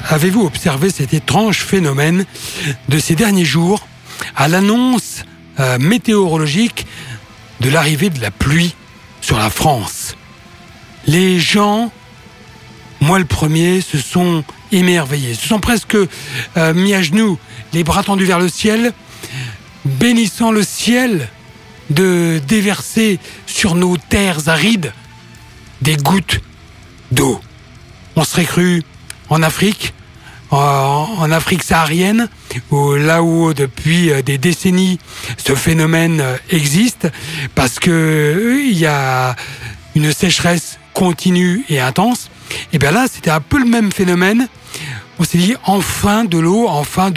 avez-vous observé cet étrange phénomène de ces derniers jours à l'annonce météorologique de l'arrivée de la pluie sur la France? Les gens, moi le premier, se sont émerveillés, se sont presque mis à genoux, les bras tendus vers le ciel, bénissant le ciel de déverser sur nos terres arides des gouttes d'eau. On serait cru en Afrique, en Afrique saharienne, là où depuis des décennies ce phénomène existe, parce que il y a une sécheresse continue et intense. Et bien là, c'était un peu le même phénomène. On s'est dit enfin de l'eau,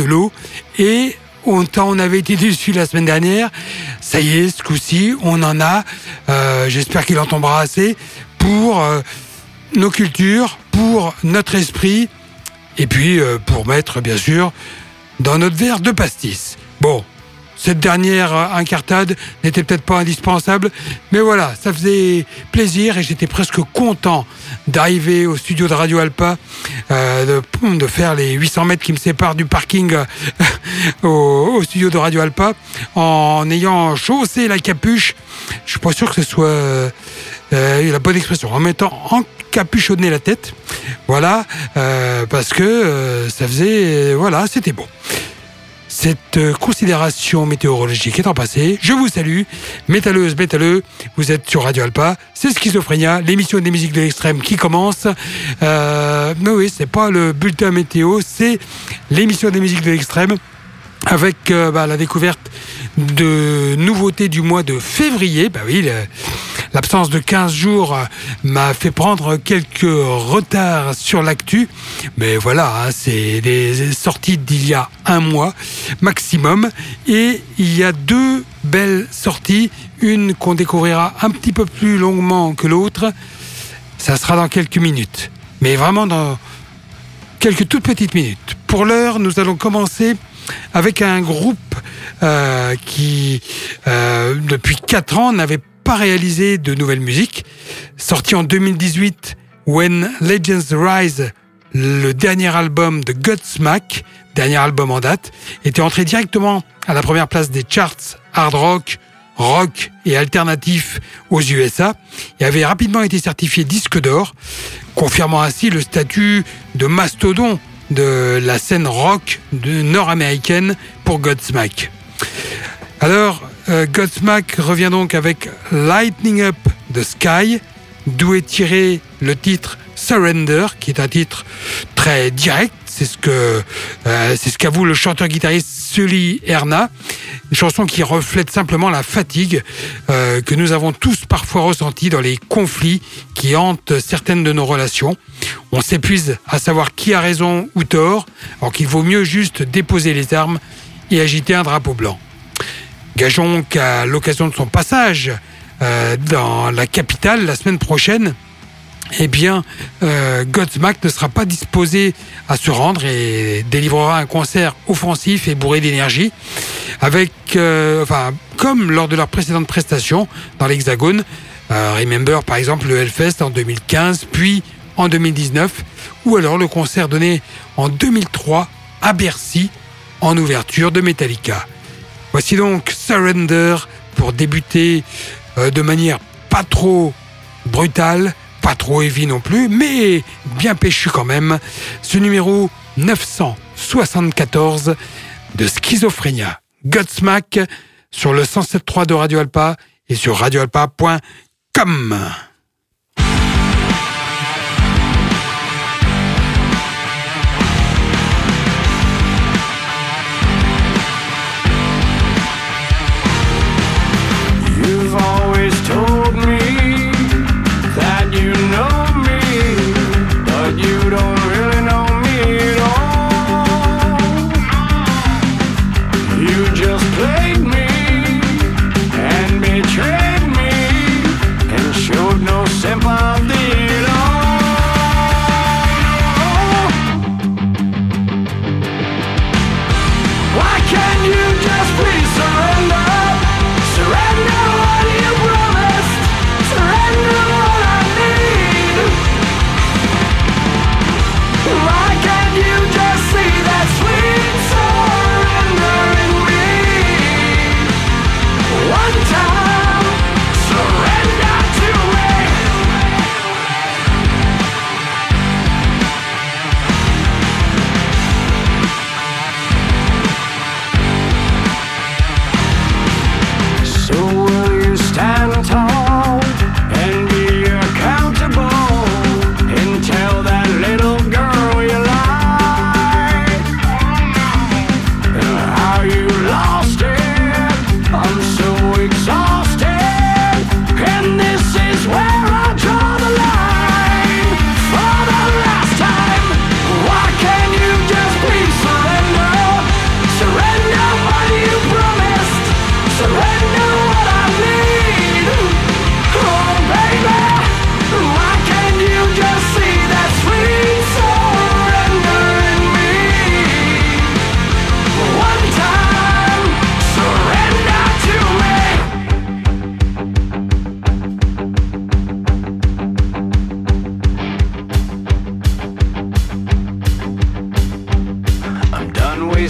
et autant on avait été déçus la semaine dernière, ça y est, ce coup-ci, on en a. J'espère qu'il en tombera assez pour nos cultures, pour notre esprit, et puis pour mettre, bien sûr, dans notre verre de pastis. Bon, cette dernière incartade n'était peut-être pas indispensable, mais voilà, ça faisait plaisir et j'étais presque content d'arriver au studio de Radio Alpa, de faire les 800 mètres qui me séparent du parking au studio de Radio Alpa, en ayant chaussé la capuche. Je suis pas sûr que ce soit la bonne expression, en mettant encapuchonné la tête, voilà, parce que ça faisait, voilà, c'était beau. Cette considération météorologique étant passée, je vous salue, métalleuses, métalleux, vous êtes sur Radio Alpa, c'est Schizophrénia, l'émission des musiques de l'extrême qui commence. Mais oui, c'est pas le bulletin météo, c'est l'émission des musiques de l'extrême, avec la découverte de nouveautés du mois de février. Bah oui, l'absence de 15 jours m'a fait prendre quelques retards sur l'actu. Mais voilà, c'est des sorties d'il y a un mois maximum. Et il y a deux belles sorties. Une qu'on découvrira un petit peu plus longuement que l'autre. Ça sera dans quelques minutes. Mais vraiment dans quelques toutes petites minutes. Pour l'heure, nous allons commencer avec un groupe qui, depuis 4 ans, n'avait pas réalisé de nouvelles musiques. Sorti en 2018, When Legends Rise, le dernier album de Godsmack, dernier album en date, était entré directement à la première place des charts hard rock, rock et alternatif aux USA, et avait rapidement été certifié disque d'or, confirmant ainsi le statut de mastodon de la scène rock nord-américaine pour Godsmack. Alors, Godsmack revient donc avec Lightning Up the Sky, d'où est tiré le titre Surrender, qui est un titre très direct. C'est ce qu'avoue le chanteur-guitariste Sully Erna. Une chanson qui reflète simplement la fatigue que nous avons tous parfois ressentie dans les conflits qui hantent certaines de nos relations. On s'épuise à savoir qui a raison ou tort, alors qu'il vaut mieux juste déposer les armes et agiter un drapeau blanc. Gageons qu'à l'occasion de son passage dans la capitale la semaine prochaine, eh bien, Godsmack ne sera pas disposé à se rendre et délivrera un concert offensif et bourré d'énergie, avec, comme lors de leurs précédentes prestations dans l'Hexagone. Remember par exemple le Hellfest en 2015, puis en 2019, ou alors le concert donné en 2003 à Bercy en ouverture de Metallica. Voici donc Surrender pour débuter de manière pas trop brutale, pas trop heavy non plus, mais bien péchu quand même. Ce numéro 974 de Schizophrénia. Godsmack sur le 107.3 de Radio Alpa et sur radioalpa.com. You've always told me that you know me, but you don't really know me at all. You just played me and betrayed me and showed no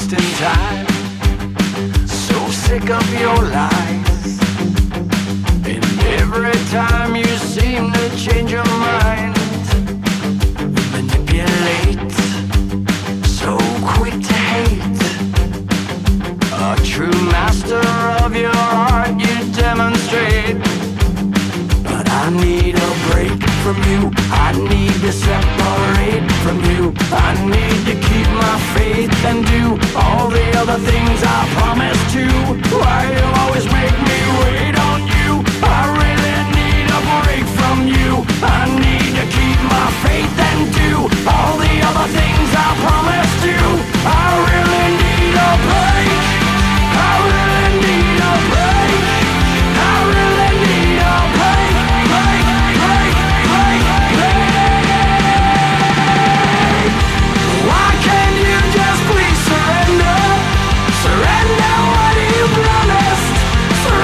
wasting time. So sick of your lies. And every time you seem to change your mind, you manipulate. So quick to hate. A true master of your art you demonstrate. But I need a break from you. I need to separate from you. I need to keep my faith and do all the other things I promised to. Why you always make me wait on you? I really need a break from you. I need to keep my faith and do all the other things I promised you. I really need a break. I really need a break. I really need a break. Why can't you just please surrender? Surrender what you promised.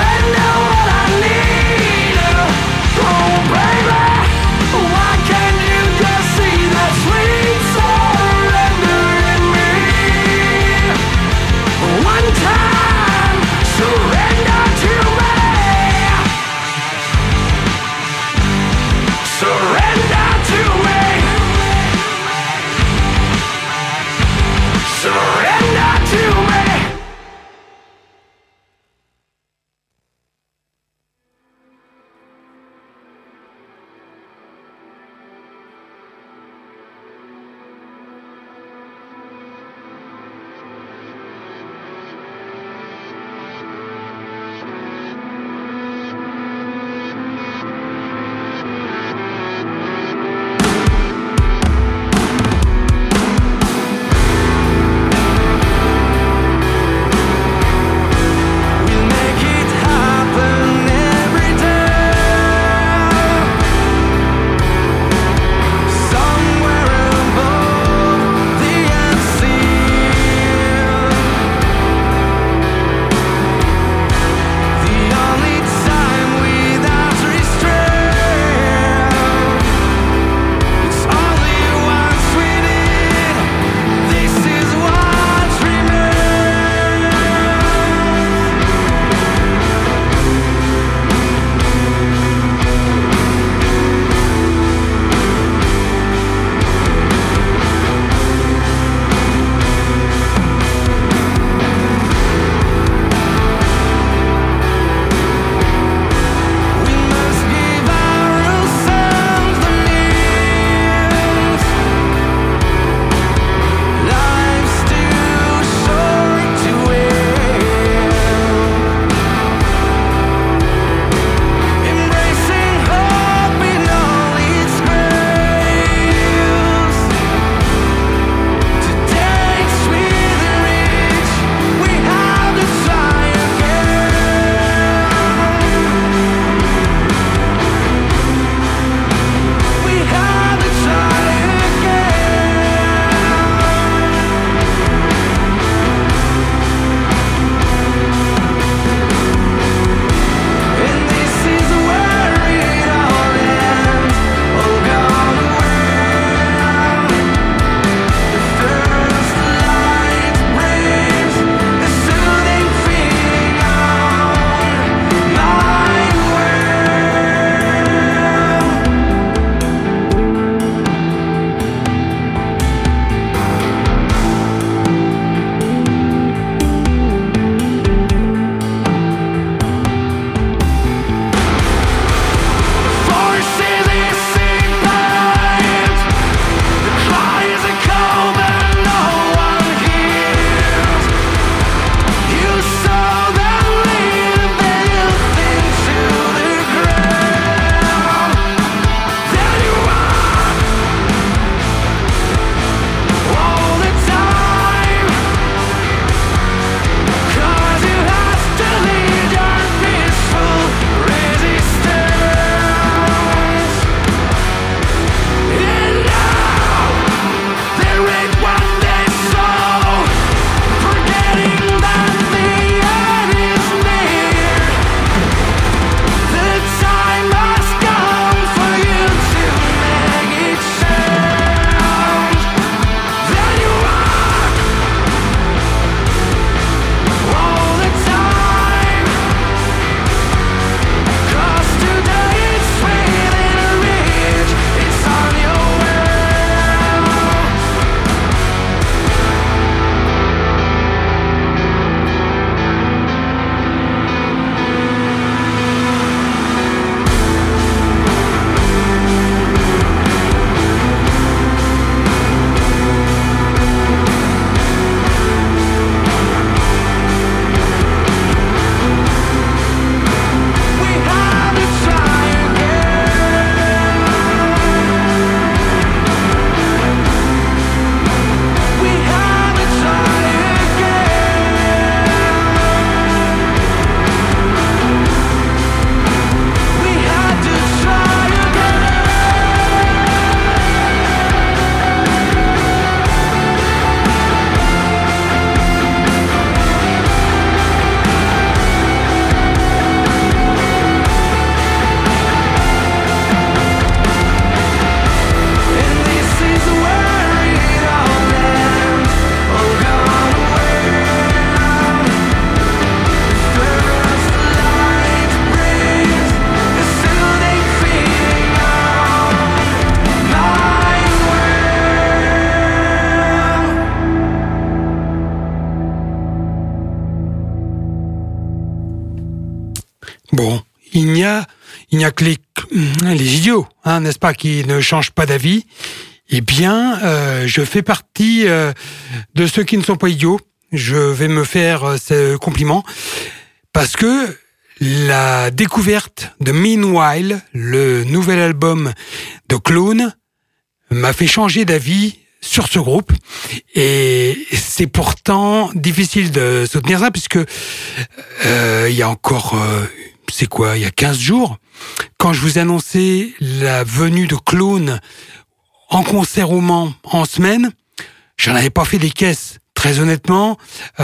n'y a que les idiots, n'est-ce pas, qui ne changent pas d'avis. Eh bien, je fais partie de ceux qui ne sont pas idiots. Je vais me faire ce compliment parce que la découverte de Meanwhile, le nouvel album de Clone, m'a fait changer d'avis sur ce groupe. Et c'est pourtant difficile de soutenir ça puisque il y a encore, il y a 15 jours, quand je vous ai annoncé la venue de Clone en concert au Mans en semaine, j'en avais pas fait des caisses. Très honnêtement,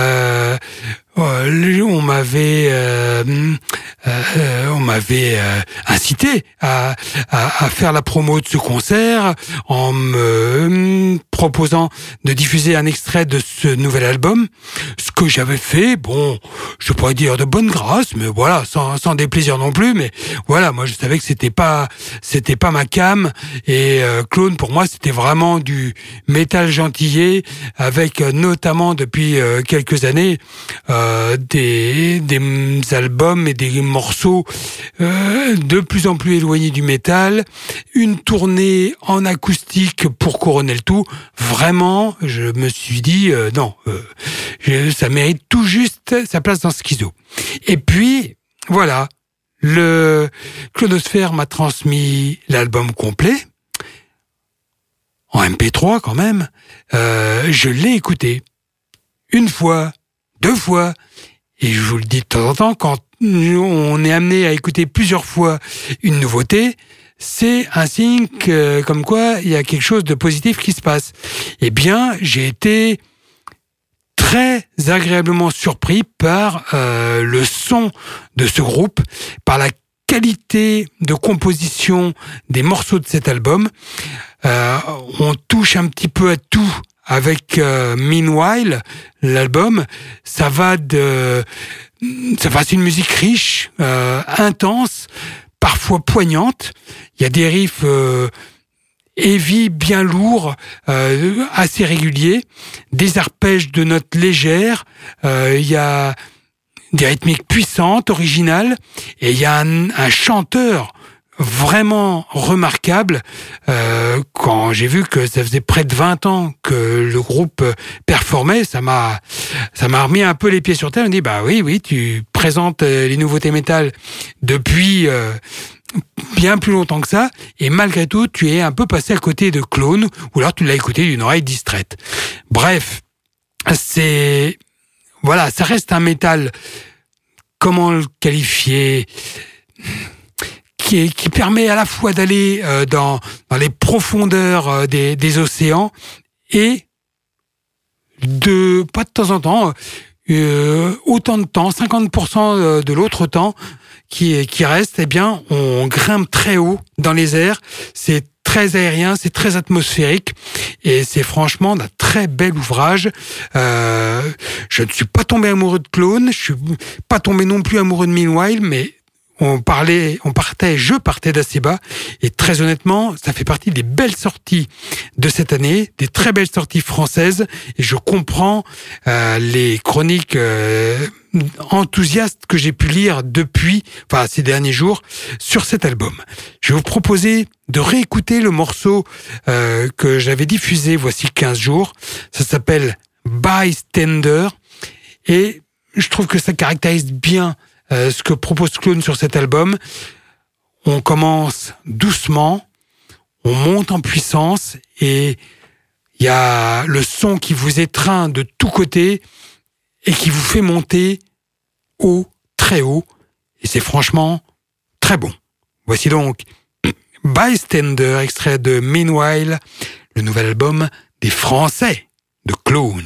on m'avait incité à faire la promo de ce concert en me proposant de diffuser un extrait de ce nouvel album, ce que j'avais fait, je pourrais dire de bonne grâce, mais voilà, sans déplaisir non plus, mais voilà, moi je savais que c'était pas ma cam, et Clone pour moi c'était vraiment du métal gentillet, avec notamment depuis quelques années des albums et des morceaux de plus en plus éloignés du métal, une tournée en acoustique pour couronner le tout. Vraiment, je me suis dit ça mérite tout juste sa place dans Schizo. Et puis voilà, le Clonosphère m'a transmis l'album complet en MP3 quand même. Je l'ai écouté une fois, 2 fois, et je vous le dis de temps en temps, quand on est amené à écouter plusieurs fois une nouveauté, c'est un signe comme quoi il y a quelque chose de positif qui se passe. Eh bien, j'ai été très agréablement surpris par le son de ce groupe, par la qualité de composition des morceaux de cet album. On touche un petit peu à tout avec Meanwhile, l'album. C'est une musique riche, intense, parfois poignante. Il y a des riffs heavy, bien lourds, assez réguliers, des arpèges de notes légères. Il y a des rythmiques puissantes, originales, et il y a un chanteur vraiment remarquable. Quand j'ai vu que ça faisait près de 20 ans que le groupe performait, ça m'a remis un peu les pieds sur terre. On me dit oui, tu présentes les nouveautés métal depuis bien plus longtemps que ça, et malgré tout tu es un peu passé à côté de Clone, ou alors tu l'as écouté d'une oreille distraite. Bref, ça reste un métal, comment le qualifier, qui permet à la fois d'aller dans les profondeurs des océans, et pas de temps en temps, autant de temps, 50% de l'autre temps qui reste, eh bien, on grimpe très haut dans les airs. C'est très aérien, c'est très atmosphérique, et c'est franchement un très bel ouvrage. Je ne suis pas tombé amoureux de Clone, je suis pas tombé non plus amoureux de Meanwhile, mais je partais d'assez bas, et très honnêtement, ça fait partie des belles sorties de cette année, des très belles sorties françaises, et je comprends les chroniques enthousiastes que j'ai pu lire ces derniers jours sur cet album. Je vais vous proposer de réécouter le morceau que j'avais diffusé voici 15 jours. Ça s'appelle Bystander, et je trouve que ça caractérise bien ce que propose Clone sur cet album. On commence doucement, on monte en puissance, et il y a le son qui vous étreint de tous côtés et qui vous fait monter haut, très haut, et c'est franchement très bon. Voici donc Bystander, extrait de Meanwhile, le nouvel album des Français de Clone.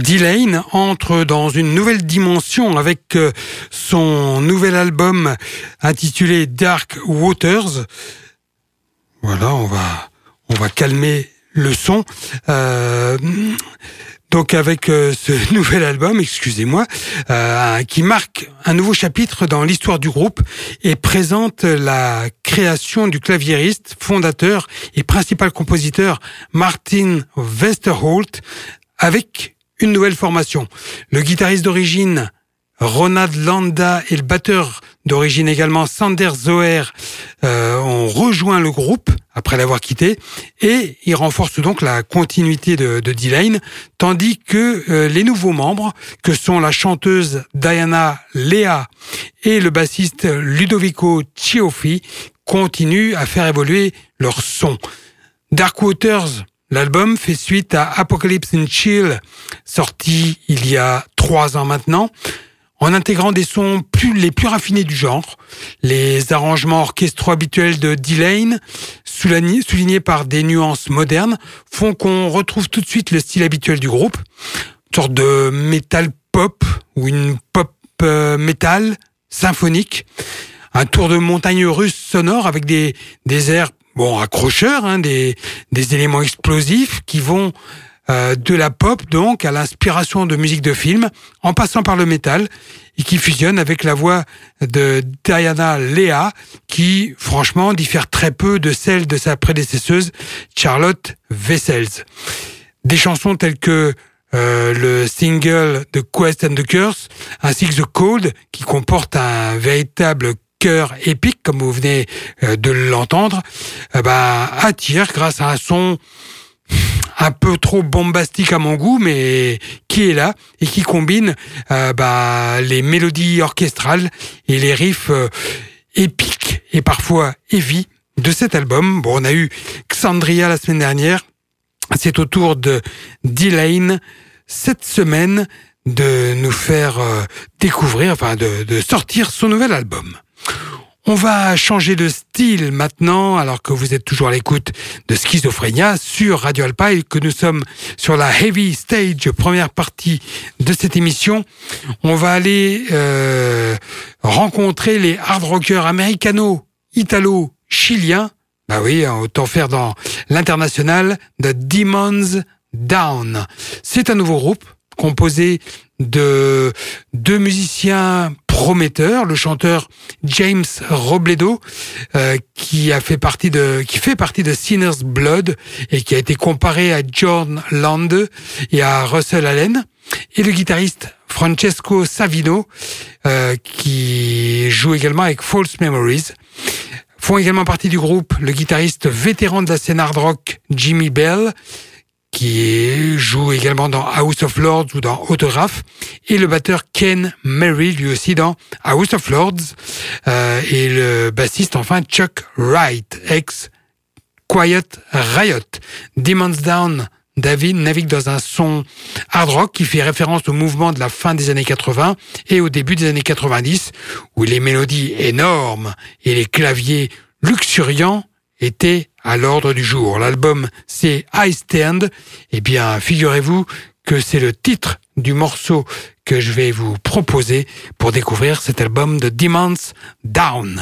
D-Lane entre dans une nouvelle dimension avec son nouvel album intitulé Dark Waters. Voilà, on va calmer le son. Donc avec ce nouvel album, excusez-moi, qui marque un nouveau chapitre dans l'histoire du groupe et présente la création du claviériste, fondateur et principal compositeur Martin Westerholt avec une nouvelle formation. Le guitariste d'origine Ronald Landa et le batteur d'origine également Sander Zoher ont rejoint le groupe après l'avoir quitté et ils renforcent donc la continuité de D-Lane, tandis que les nouveaux membres, que sont la chanteuse Diana Lea et le bassiste Ludovico Cioffi, continuent à faire évoluer leur son. Dark Waters, l'album fait suite à Apocalypse in Chill, sorti il y a 3 ans maintenant, en intégrant des sons les plus raffinés du genre. Les arrangements orchestraux habituels de D-Lane, soulignés par des nuances modernes, font qu'on retrouve tout de suite le style habituel du groupe, une sorte de metal pop ou une pop metal symphonique, un tour de montagne russe sonore avec des airs accrocheurs, des éléments explosifs qui vont de la pop donc à l'inspiration de musique de film, en passant par le métal, et qui fusionne avec la voix de Diana Lea, qui franchement diffère très peu de celle de sa prédécesseuse Charlotte Wessels. Des chansons telles que le single The Quest and the Curse, ainsi que The Cold, qui comporte un véritable chœur épique, comme vous venez de l'entendre, attire grâce à un son un peu trop bombastique à mon goût, mais qui est là et qui combine les mélodies orchestrales et les riffs épiques et parfois heavy de cet album. Bon, on a eu Xandria la semaine dernière. C'est au tour de D-Lane cette semaine de nous faire découvrir, de sortir son nouvel album. On va changer de style maintenant, alors que vous êtes toujours à l'écoute de Schizophrénia sur Radio Alpa et que nous sommes sur la Heavy Stage, première partie de cette émission. On va aller rencontrer les hard rockers américano-italo-chiliens. Bah oui, autant faire dans l'international, de Demons Down. C'est un nouveau groupe composé de 2 musiciens prometteur, le chanteur James Robledo, qui fait partie de Sinner's Blood et qui a été comparé à John Lande et à Russell Allen, et le guitariste Francesco Savino, qui joue également avec False Memories. Font également partie du groupe le guitariste vétéran de la scène hard rock Jimmy Bell, qui joue également dans House of Lords ou dans Autograph, et le batteur Ken Mary, lui aussi dans House of Lords, et le bassiste enfin Chuck Wright, ex Quiet Riot. Demons Down, David navigue dans un son hard rock qui fait référence au mouvement de la fin des années 80 et au début des années 90, où les mélodies énormes et les claviers luxuriants étaient à l'ordre du jour. L'album, c'est I Stand. Eh bien, figurez-vous que c'est le titre du morceau que je vais vous proposer pour découvrir cet album de Demons Down.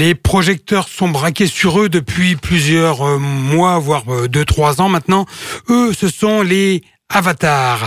Les projecteurs sont braqués sur eux depuis plusieurs mois, voire 2-3 ans maintenant. Eux, ce sont les Avatar,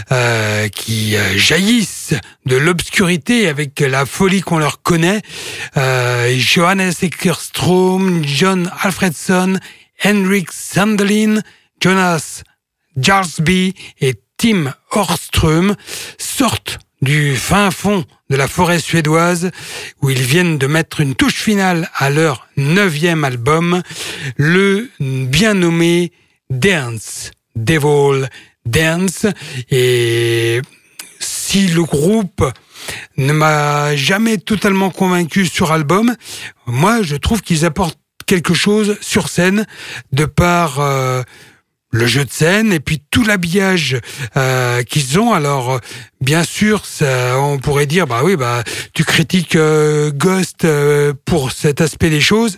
qui jaillissent de l'obscurité avec la folie qu'on leur connaît. Johannes Eckerström, John Alfredson, Henrik Sandelin, Jonas Jarsby et Tim Åström sortent du fin fond de la forêt suédoise où ils viennent de mettre une touche finale à leur 9e album, le bien nommé Dance, Devil Dance. Et si le groupe ne m'a jamais totalement convaincu sur album, moi je trouve qu'ils apportent quelque chose sur scène de par le jeu de scène et puis tout l'habillage qu'ils ont. Alors bien sûr, ça, on pourrait dire tu critiques Ghost pour cet aspect des choses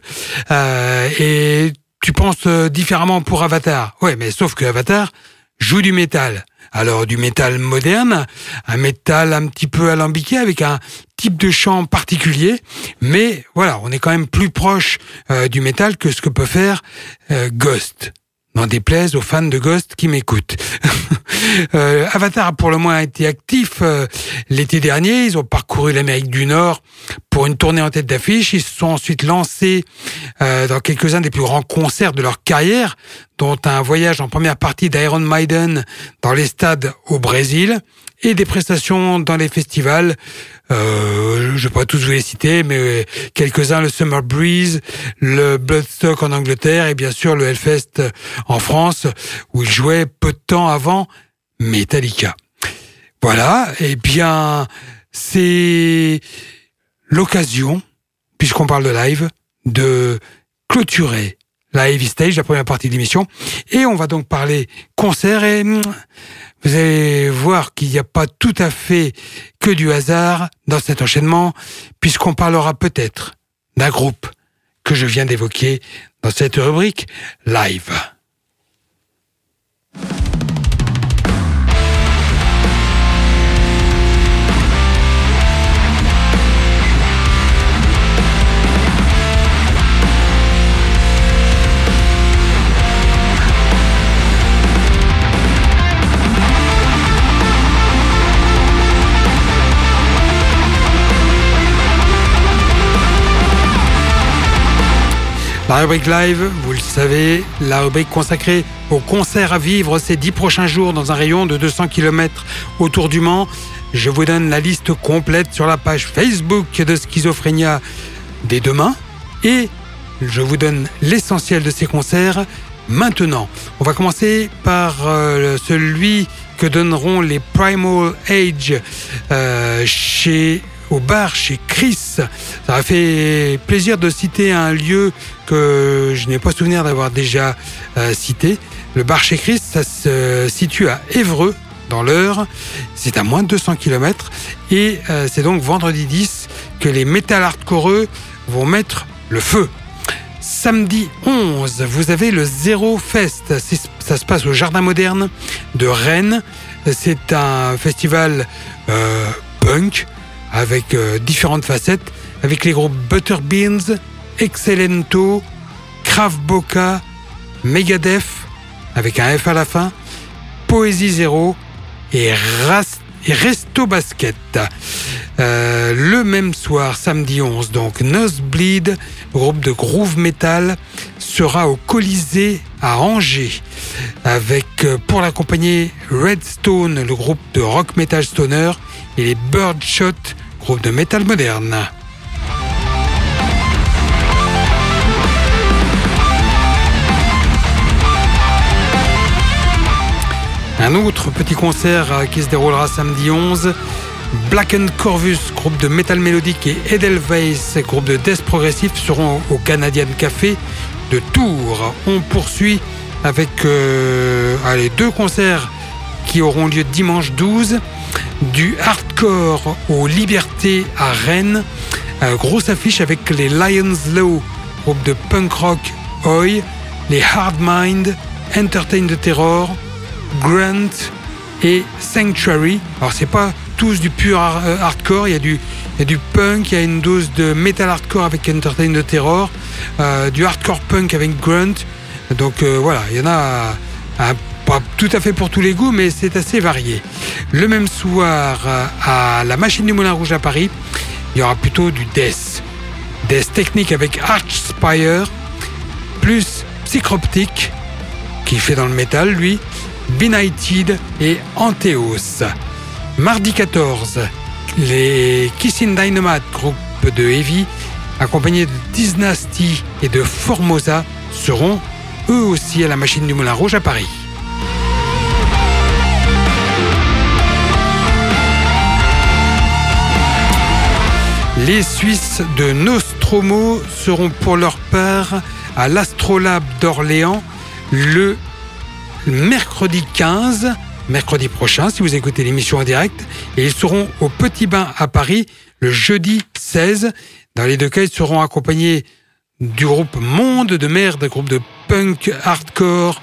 et tu penses différemment pour Avatar. Ouais, mais sauf que Avatar joue du métal. Alors du métal moderne, un métal un petit peu alambiqué avec un type de chant particulier, mais voilà, on est quand même plus proche du métal que ce que peut faire Ghost. N'en déplaise aux fans de Ghost qui m'écoutent. Avatar a pour le moins été actif l'été dernier. Ils ont parcouru l'Amérique du Nord pour une tournée en tête d'affiche. Ils se sont ensuite lancés dans quelques-uns des plus grands concerts de leur carrière, dont un voyage en première partie d'Iron Maiden dans les stades au Brésil et des prestations dans les festivals. Je ne vais pas tous vous les citer, mais quelques-uns, le Summer Breeze, le Bloodstock en Angleterre et bien sûr le Hellfest en France, où ils jouaient peu de temps avant Metallica. Voilà, et bien c'est l'occasion, puisqu'on parle de live, de clôturer la Heavy Stage, la première partie de l'émission, et on va donc parler concert, et vous allez voir qu'il n'y a pas tout à fait que du hasard dans cet enchaînement, puisqu'on parlera peut-être d'un groupe que je viens d'évoquer dans cette rubrique live. La rubrique live, vous le savez, la rubrique consacrée au concert à vivre ces 10 prochains jours dans un rayon de 200 km autour du Mans. Je vous donne la liste complète sur la page Facebook de Schizophrénia dès demain et je vous donne l'essentiel de ces concerts maintenant. On va commencer par celui que donneront les Primal Age au bar chez Chris. Ça m'a fait plaisir de citer un lieu que je n'ai pas souvenir d'avoir déjà cité. Le bar chez Chris, ça se situe à Évreux, dans l'Eure. C'est à moins de 200 km. Et c'est donc vendredi 10 que les métal hardcoreux vont mettre le feu. Samedi 11, vous avez le Zero Fest. Ça se passe au Jardin Moderne de Rennes. C'est un festival punk avec différentes facettes, avec les groupes Butterbeans, Excellento, Krav Boca, Megadeth, avec un F à la fin, Poésie Zéro et Resto Basket. Le même soir, samedi 11, donc Nosebleed, groupe de groove metal, sera au Colisée à Angers, avec pour l'accompagner Redstone, le groupe de rock metal stoner, et les Birdshot, groupe de métal moderne. Un autre petit concert qui se déroulera samedi 11, Black & Corvus, groupe de métal mélodique, et Edelweiss, groupe de death progressif, seront au Canadian Café de Tours. On poursuit avec 2 concerts qui auront lieu dimanche 12, du hardcore aux Libertés à Rennes, grosse affiche avec les Lions Law, groupe de punk rock Oi, les Hard Mind, Entertain the Terror, Grunt et Sanctuary. Alors c'est pas tous du pur hardcore, il y a du il y a du punk, il y a une dose de metal hardcore avec Entertain the Terror, du hardcore punk avec Grunt. Donc voilà, il y en a pas tout à fait pour tous les goûts, mais c'est assez varié. Le même soir, à la Machine du Moulin Rouge à Paris, il y aura plutôt du death. Death technique avec Archspire, plus Psychroptic, qui fait dans le métal, lui, Benighted et Anteos. Mardi 14, les Kissing Dynamite, groupe de heavy, accompagnés de Dynasty et de Formosa, seront eux aussi à la Machine du Moulin Rouge à Paris. Les Suisses de Nostromo seront pour leur part à l'Astrolabe d'Orléans le mercredi 15, mercredi prochain si vous écoutez l'émission en direct, et ils seront au Petit Bain à Paris le jeudi 16. Dans les deux cas, ils seront accompagnés du groupe Monde de Merde, groupe de punk hardcore.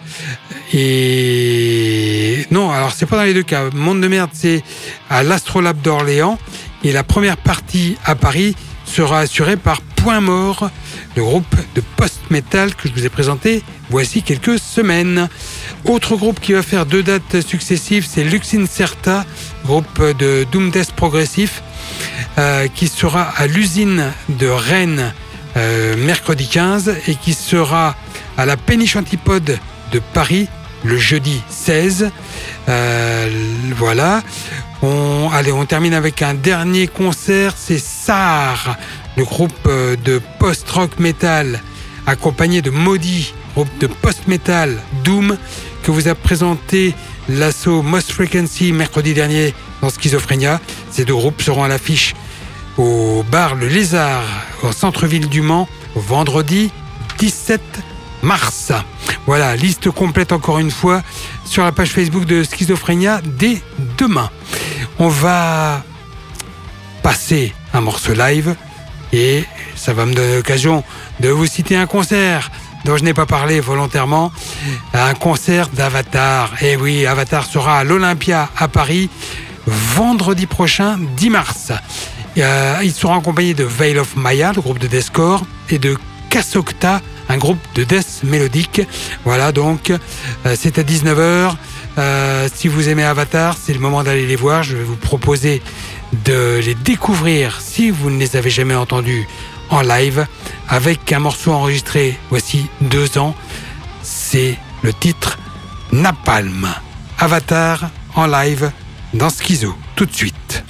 Et non, alors c'est pas dans les deux cas. Monde de Merde, c'est à l'Astrolabe d'Orléans, et la première partie à Paris sera assurée par Point Mort, le groupe de post-metal que je vous ai présenté voici quelques semaines. Autre groupe qui va faire 2 dates successives, c'est Lux Incerta, groupe de doom death progressif, qui sera à l'usine de Rennes mercredi 15 et qui sera à la Péniche Antipode de Paris le jeudi 16. Voilà. On termine avec un dernier concert, c'est SAR, le groupe de post-rock metal accompagné de Maudit, groupe de post-metal Doom, que vous a présenté l'assaut Most Frequency mercredi dernier dans Schizophrénia. Ces 2 groupes seront à l'affiche au bar Le Lézard, au centre-ville du Mans, vendredi 17 mars. Voilà, liste complète encore une fois sur la page Facebook de Schizophrénia dès demain. On va passer un morceau live et ça va me donner l'occasion de vous citer un concert dont je n'ai pas parlé volontairement, un concert d'Avatar. Et oui, Avatar sera à l'Olympia à Paris vendredi prochain 10 mars. Ils seront accompagnés de Veil of Maya, le groupe de deathcore, et de Kasokta, un groupe de death mélodique. Voilà, donc c'est à 19h. Si vous aimez Avatar, c'est le moment d'aller les voir. Je vais vous proposer de les découvrir si vous ne les avez jamais entendus en live avec un morceau enregistré voici 2 ans. C'est le titre Napalm. Avatar en live dans Schizo tout de suite.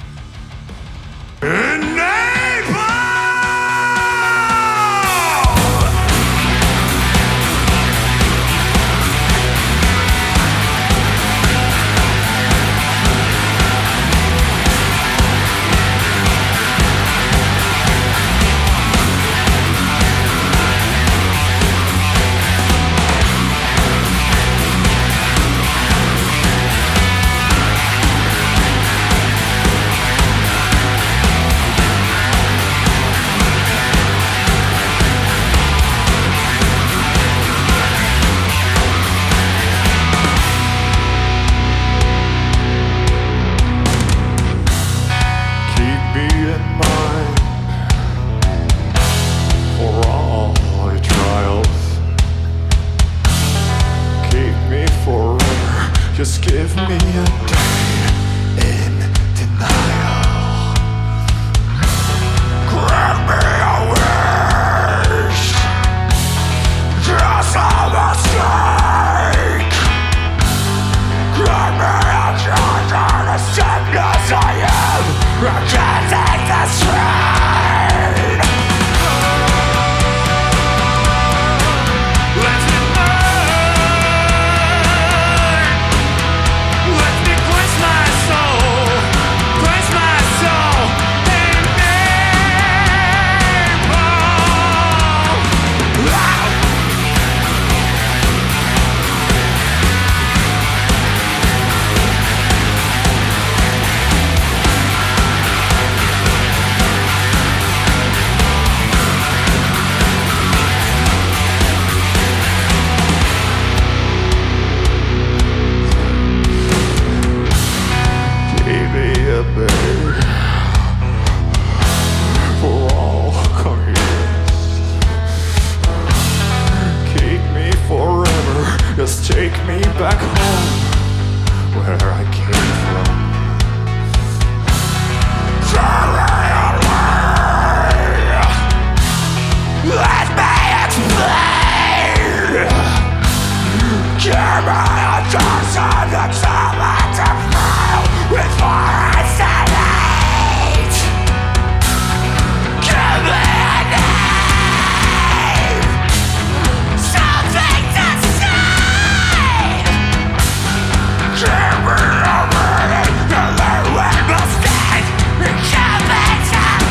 Just give me a day in denial. Grant me a wish, just a mistake. Grant me a chance on the sickness I am. I can't take this strain. Let me burn. Let me take me back home where I came from. Let me explain. Give me a chance of the time to fail before I salute. Give me a name, something to say. Give me a minute to learn where to stand. Give me time.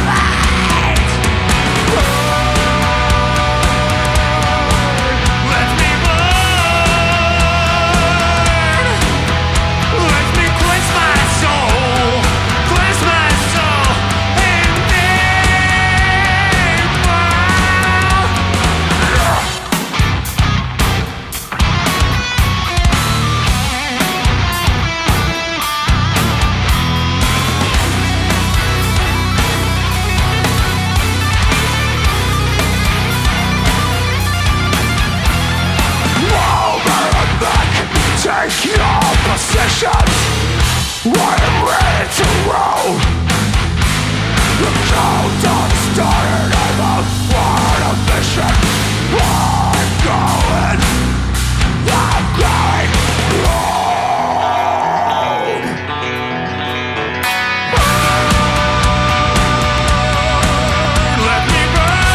Take your positions, I am ready to roll. The countdown started, I'm on a mission. I'm going road. Let me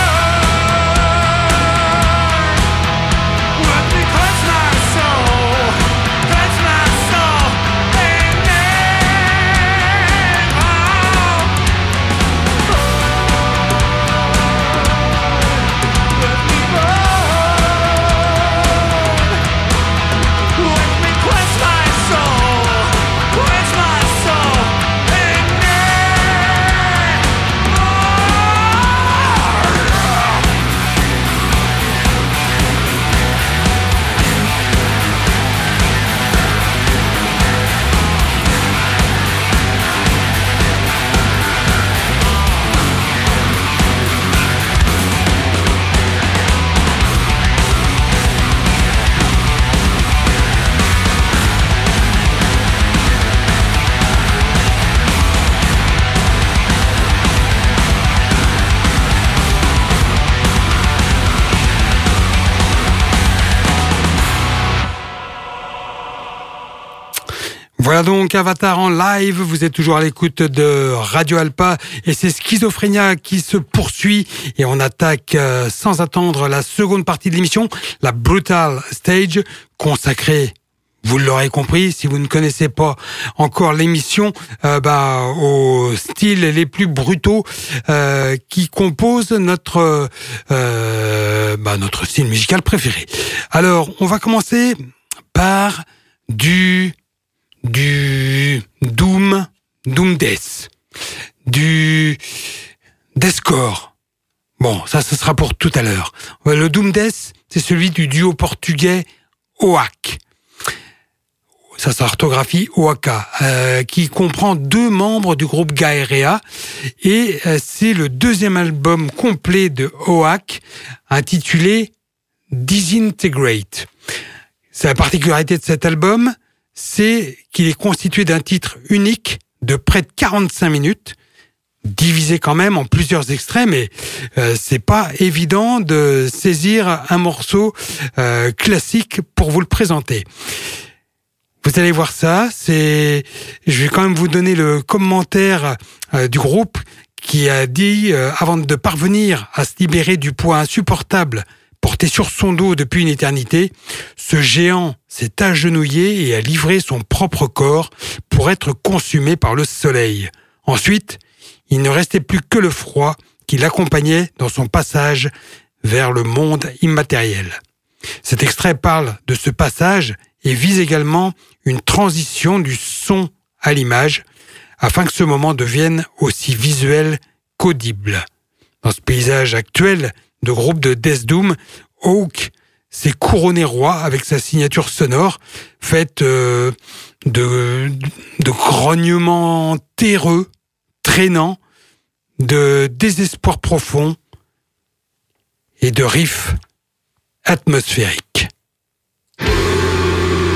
burn. Let me cleanse my soul. That's my soul, amen. Oh. Let me burn. Let me cleanse my soul, amen. Voilà donc Avatar en live, vous êtes toujours à l'écoute de Radio Alpa et c'est Schizophrénia qui se poursuit et on attaque sans attendre la seconde partie de l'émission, la Brutal Stage, consacrée, vous l'aurez compris, si vous ne connaissez pas encore l'émission, aux styles les plus brutaux qui composent notre style musical préféré. Alors, on va commencer par du Doom Death, du Deathcore. Bon, ça, ce sera pour tout à l'heure. Le Doom Death, c'est celui du duo portugais Oak. Ça s'orthographie Oaka, qui comprend 2 membres du groupe Gaerea, et c'est le 2e album complet de Oak, intitulé Disintegrate. C'est la particularité de cet album, c'est qu'il est constitué d'un titre unique de près de 45 minutes, divisé quand même en plusieurs extraits, mais c'est pas évident de saisir un morceau classique pour vous le présenter. Vous allez voir ça, je vais quand même vous donner le commentaire du groupe qui a dit, avant de parvenir à se libérer du poids insupportable porté sur son dos depuis une éternité, ce géant s'est agenouillé et a livré son propre corps pour être consumé par le soleil. Ensuite, il ne restait plus que le froid qui l'accompagnait dans son passage vers le monde immatériel. Cet extrait parle de ce passage et vise également une transition du son à l'image, afin que ce moment devienne aussi visuel qu'audible. Dans ce paysage actuel de groupe de Death Doom, Oak s'est couronné roi avec sa signature sonore, faite de grognements terreux, traînants, de désespoir profond et de riffs atmosphériques.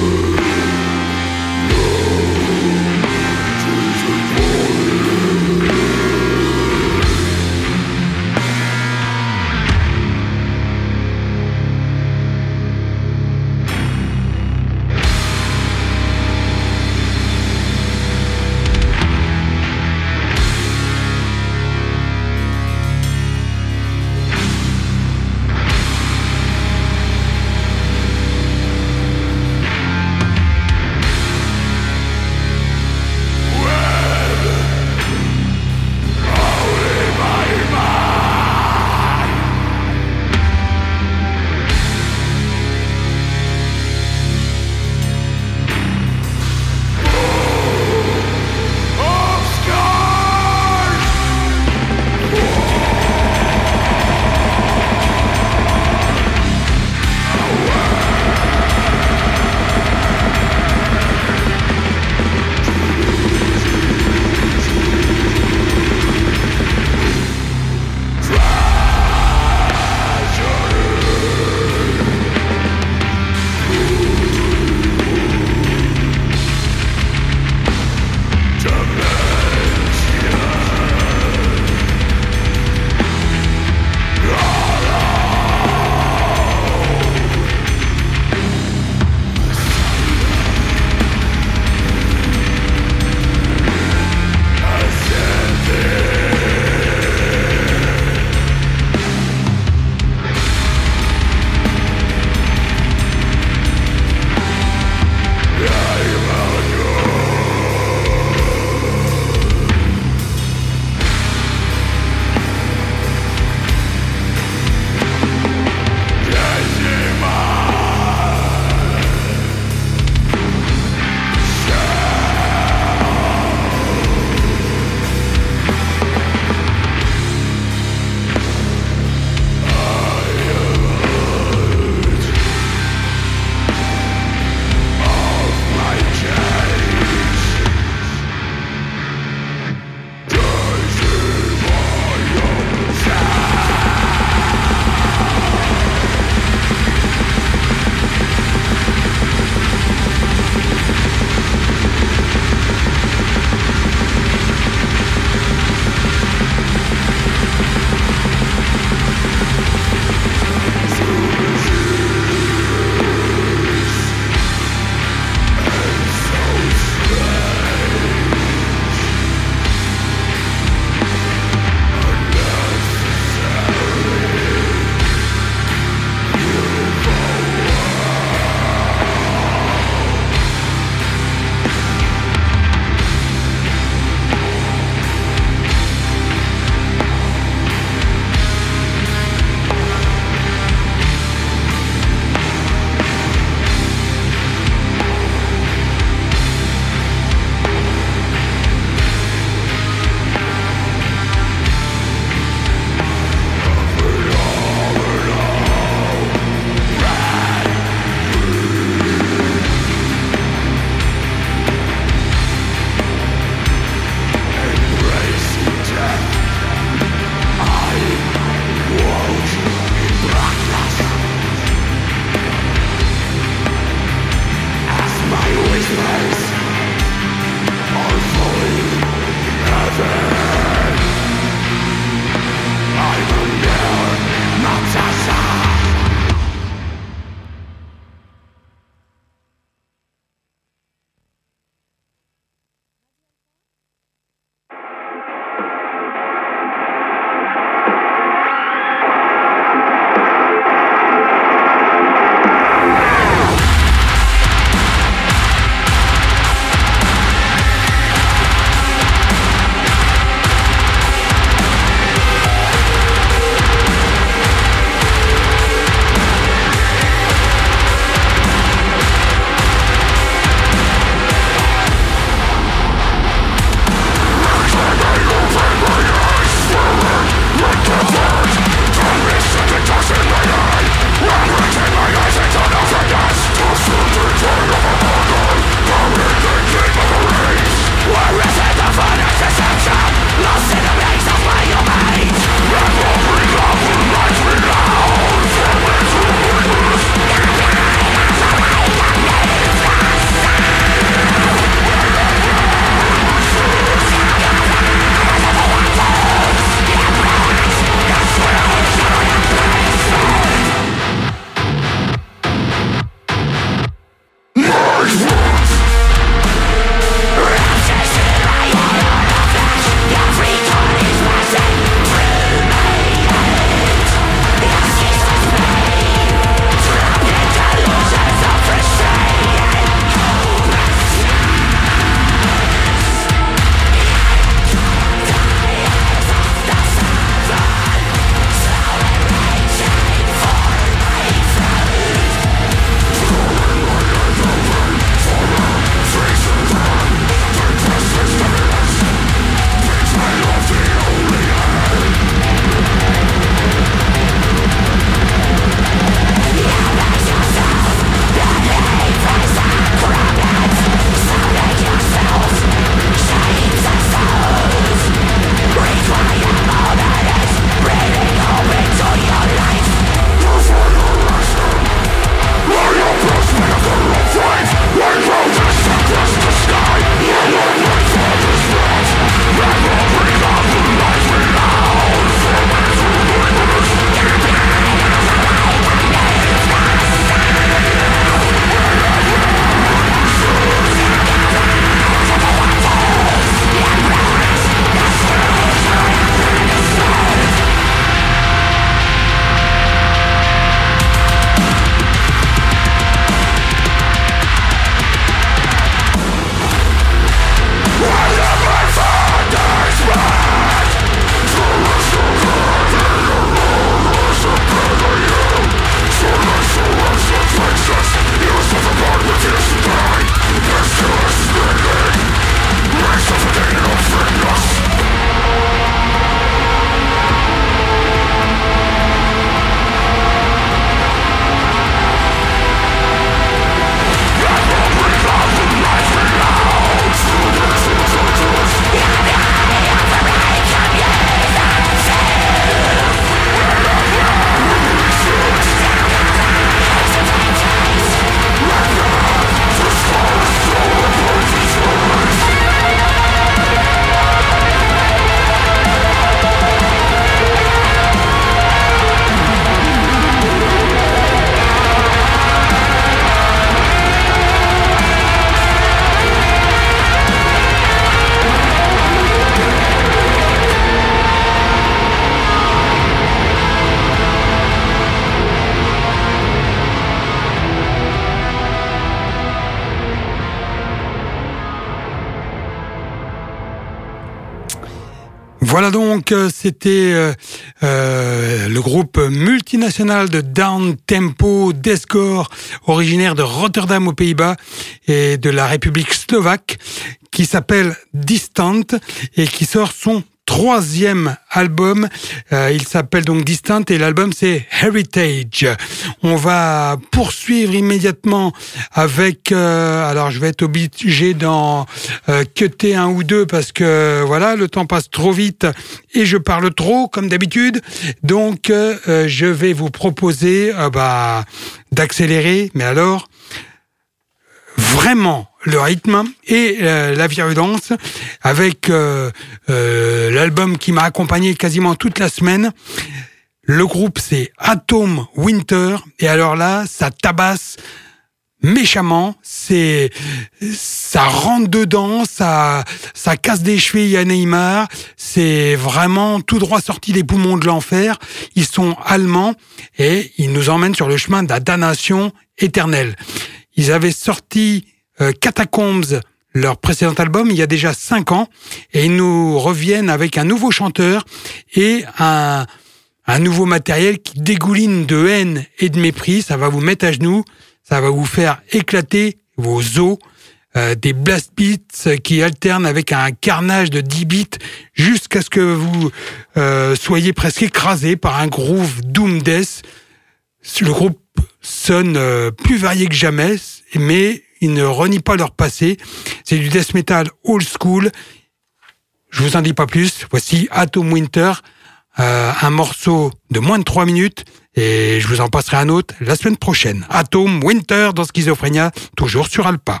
Voilà donc, c'était le groupe multinational de down tempo deathcore originaire de Rotterdam aux Pays-Bas et de la République slovaque qui s'appelle Distant et qui sort son 3e album. Il s'appelle donc Distant et l'album c'est Heritage. On va poursuivre immédiatement avec alors je vais être obligé d'en cutter un ou deux parce que voilà, le temps passe trop vite et je parle trop comme d'habitude. Donc je vais vous proposer d'accélérer, mais alors vraiment le rythme et la virulence avec l'album qui m'a accompagné quasiment toute la semaine. Le groupe c'est Atom Winter et alors là ça tabasse méchamment, ça rentre dedans, ça casse des chevilles à Neymar, c'est vraiment tout droit sorti des poumons de l'enfer. Ils sont allemands et ils nous emmènent sur le chemin de la damnation éternelle. Ils avaient sorti Catacombs, leur précédent album, il y a déjà 5 ans, et ils nous reviennent avec un nouveau chanteur et un nouveau matériel qui dégouline de haine et de mépris. Ça va vous mettre à genoux, ça va vous faire éclater vos os, des blast beats qui alternent avec un carnage de 10 bits jusqu'à ce que vous soyez presque écrasé par un groove doom death. Le groupe sonne plus varié que jamais, mais ils ne renient pas leur passé. C'est du death metal old school. Je vous en dis pas plus. Voici Atom Winter, un morceau de moins de 3 minutes, et je vous en passerai un autre la semaine prochaine. Atom Winter dans Schizophrénia, toujours sur Alpa.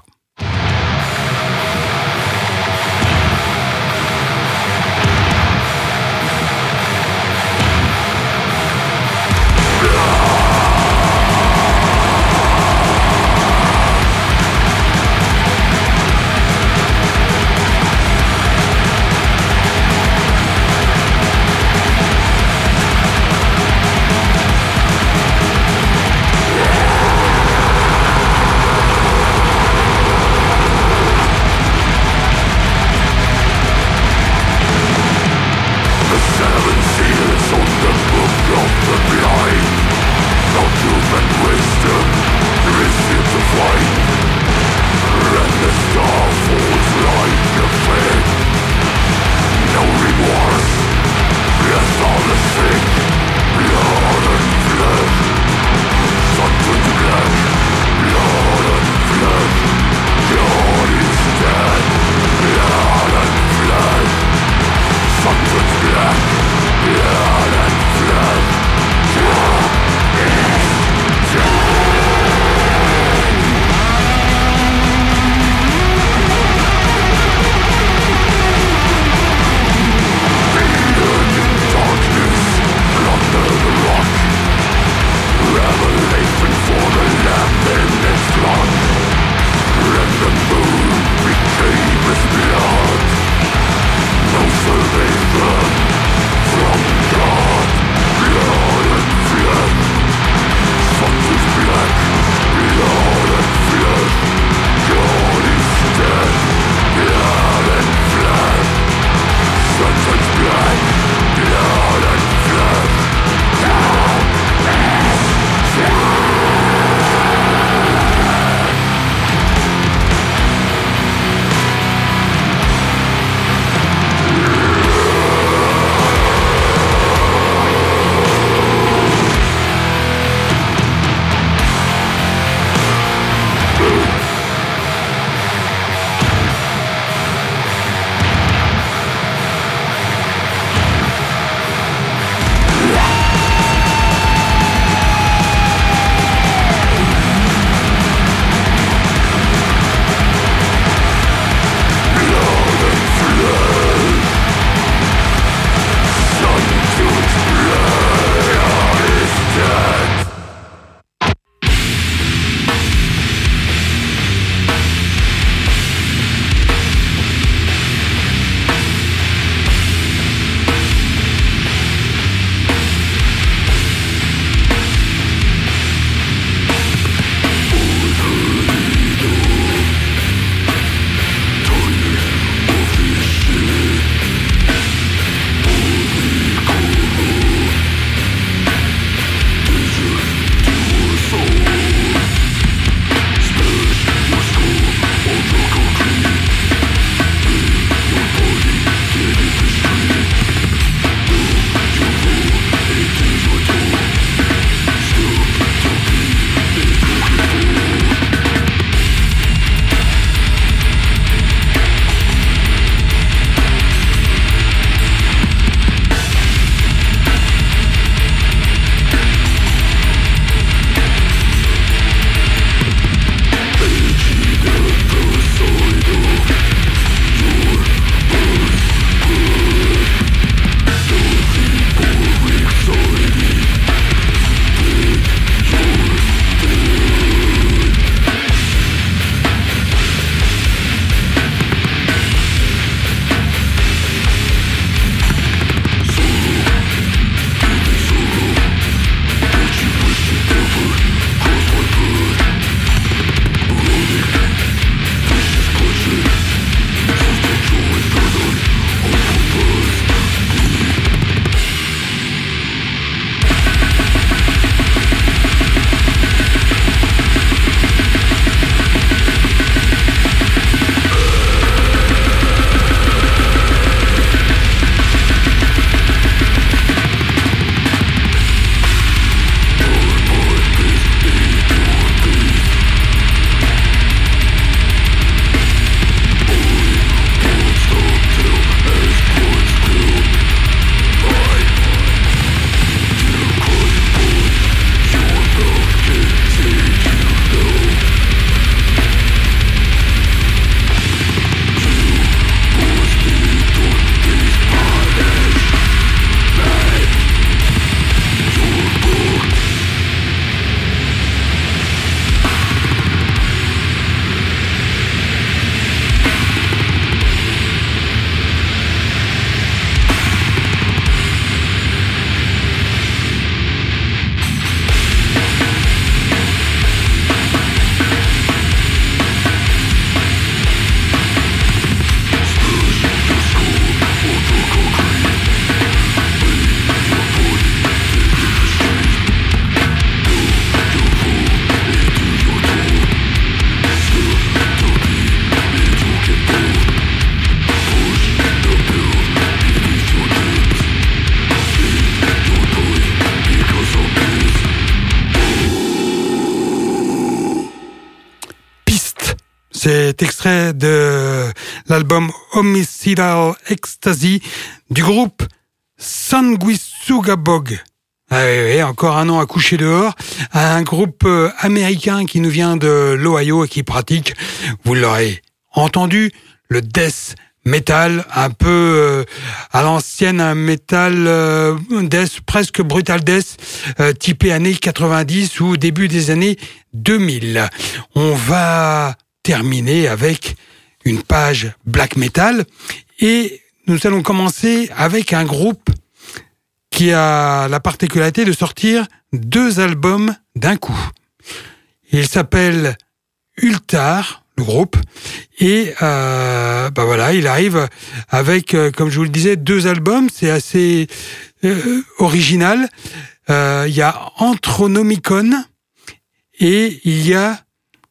C'est extrait de l'album Homicidal Ecstasy du groupe Sanguisugabog. Ah oui, encore un nom à coucher dehors. Un groupe américain qui nous vient de l'Ohio et qui pratique, vous l'aurez entendu, le death metal, un peu à l'ancienne, un metal death, presque brutal death, typé années 90 ou début des années 2000. On va terminer avec une page black metal et nous allons commencer avec un groupe qui a la particularité de sortir 2 albums d'un coup. Il s'appelle Ultar, le groupe, et voilà, il arrive avec, comme je vous le disais, 2 albums. C'est assez original. Il y a Anthronomicon et il y a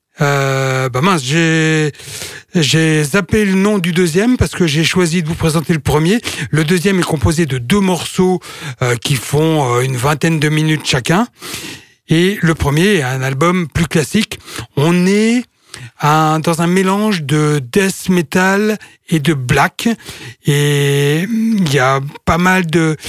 j'ai zappé le nom du deuxième parce que j'ai choisi de vous présenter le premier. Le deuxième est composé de 2 morceaux qui font une vingtaine de minutes chacun. Et le premier est un album plus classique. On est dans un mélange de death metal et de black. Et il y a pas mal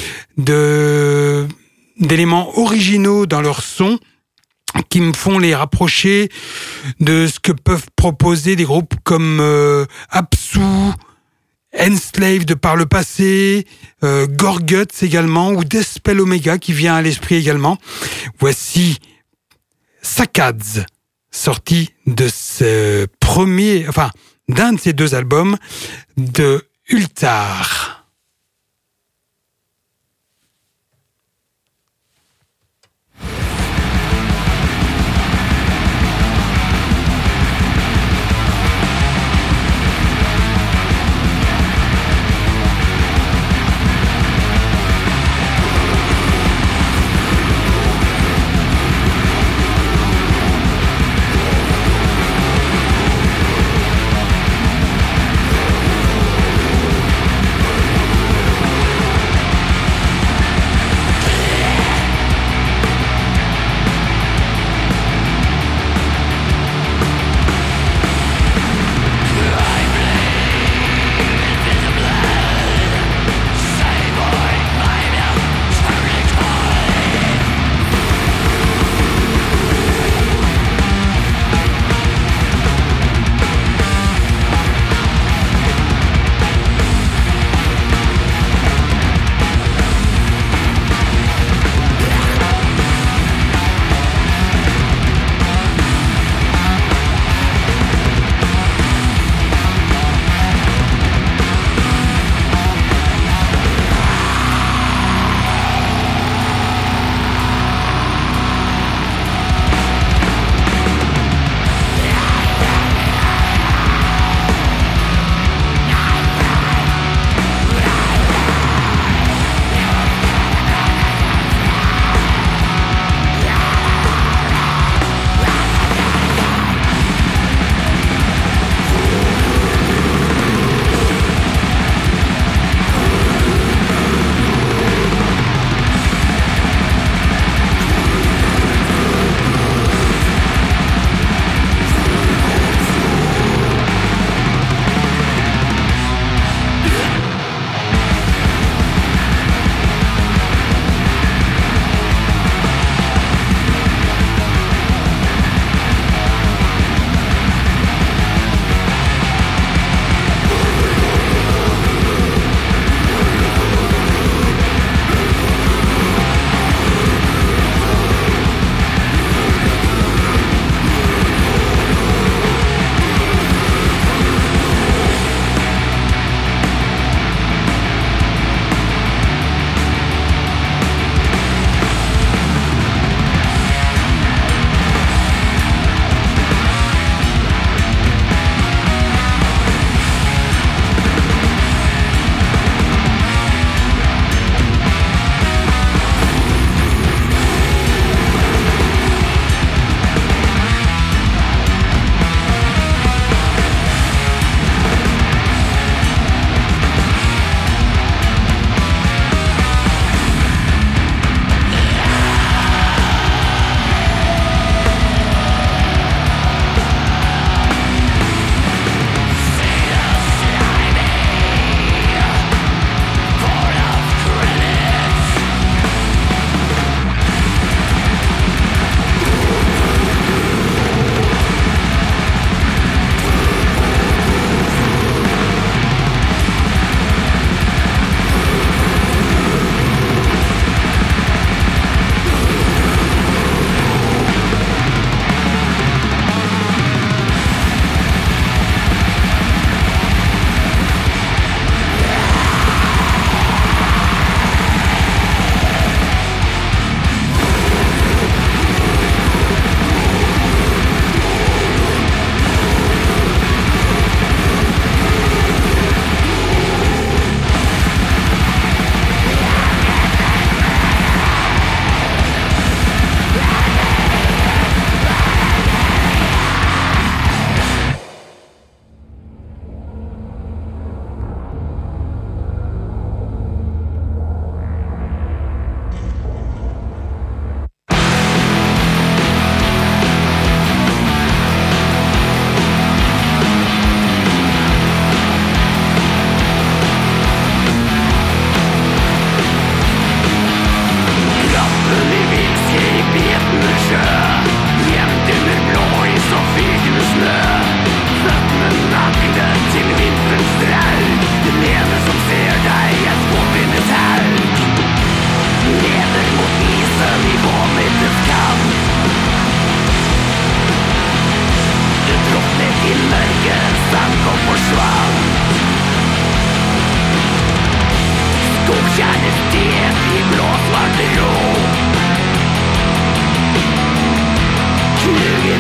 d'éléments originaux dans leur son qui me font les rapprocher de ce que peuvent proposer des groupes comme Absu, Enslaved par le passé, Gorguts également, ou Deathspell Omega qui vient à l'esprit également. Voici Saccades, sorti de d'un de ces 2 albums de Ultar.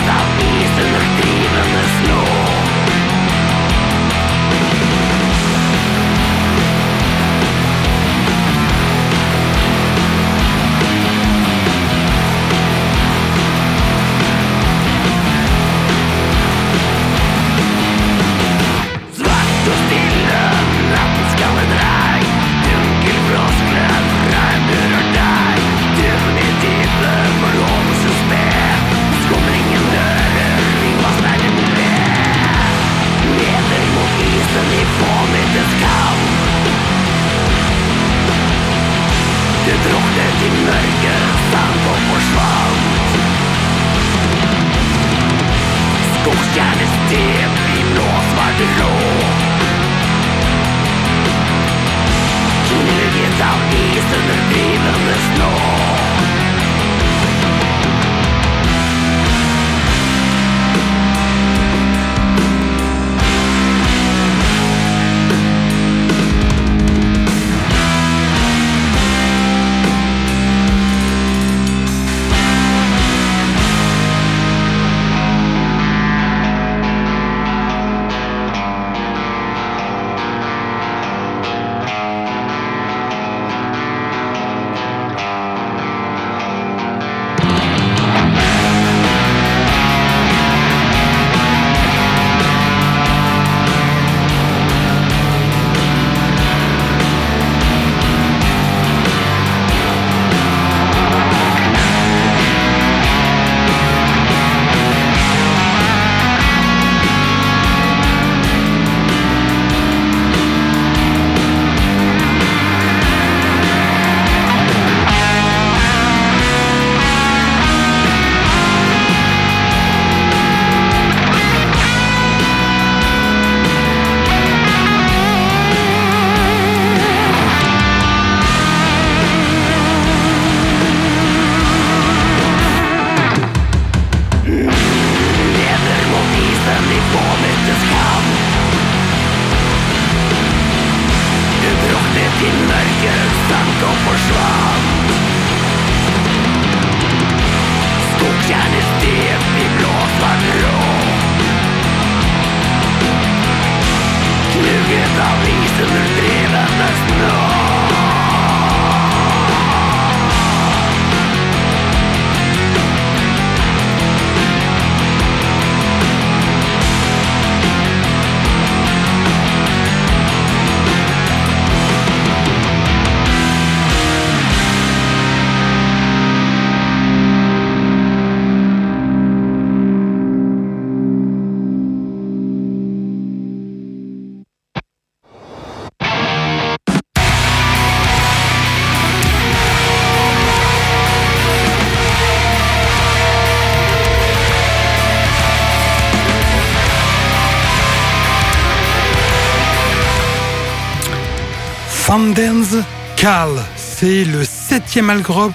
Fandens Kal, c'est le septième album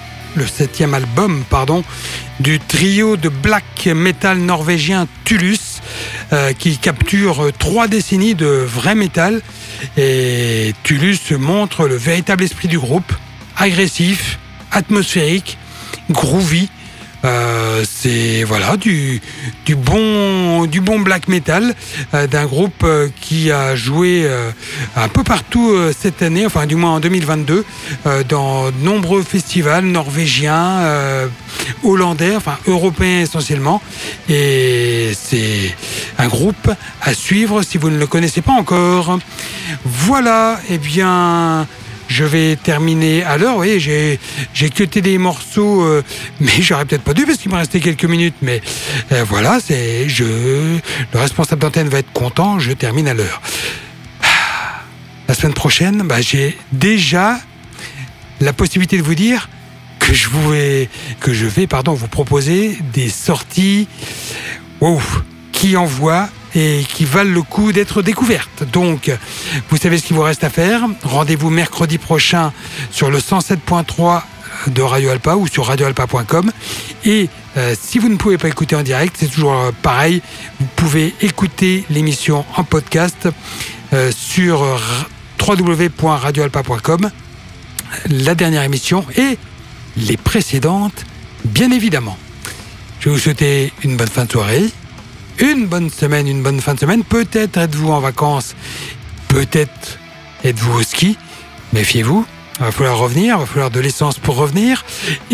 du trio de black metal norvégien Tullus, qui capture 3 décennies de vrai metal. Et Tullus montre le véritable esprit du groupe, agressif, atmosphérique, groovy. C'est voilà du bon black metal d'un groupe qui a joué un peu partout cette année, enfin du moins en 2022, dans de nombreux festivals norvégiens, hollandais, enfin européens essentiellement. Et c'est un groupe à suivre si vous ne le connaissez pas encore. Voilà, et bien je vais terminer à l'heure. Oui, j'ai cuté des morceaux, mais j'aurais peut-être pas dû parce qu'il me restait quelques minutes. Mais voilà, le responsable d'antenne va être content. Je termine à l'heure. La semaine prochaine, j'ai déjà la possibilité de vous dire que je vais vous proposer des sorties qui envoient et qui valent le coup d'être découvertes. Donc, vous savez ce qu'il vous reste à faire. Rendez-vous mercredi prochain sur le 107.3 de Radio Alpa ou sur radioalpa.com. Et si vous ne pouvez pas écouter en direct, c'est toujours pareil. Vous pouvez écouter l'émission en podcast sur www.radioalpa.com. La dernière émission et les précédentes, bien évidemment. Je vais vous souhaiter une bonne fin de soirée, une bonne semaine, une bonne fin de semaine. Peut-être êtes-vous en vacances, peut-être êtes-vous au ski. Méfiez-vous, il va falloir revenir, il va falloir de l'essence pour revenir.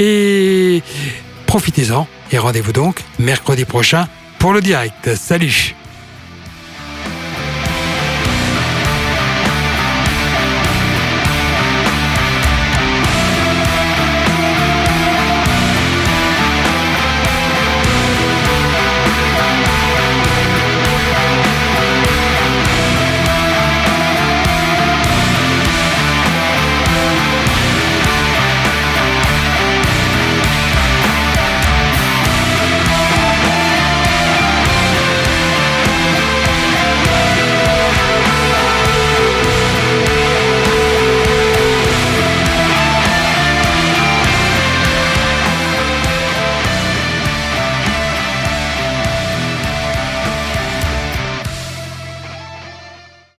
Et profitez-en et rendez-vous donc mercredi prochain pour le direct. Salut!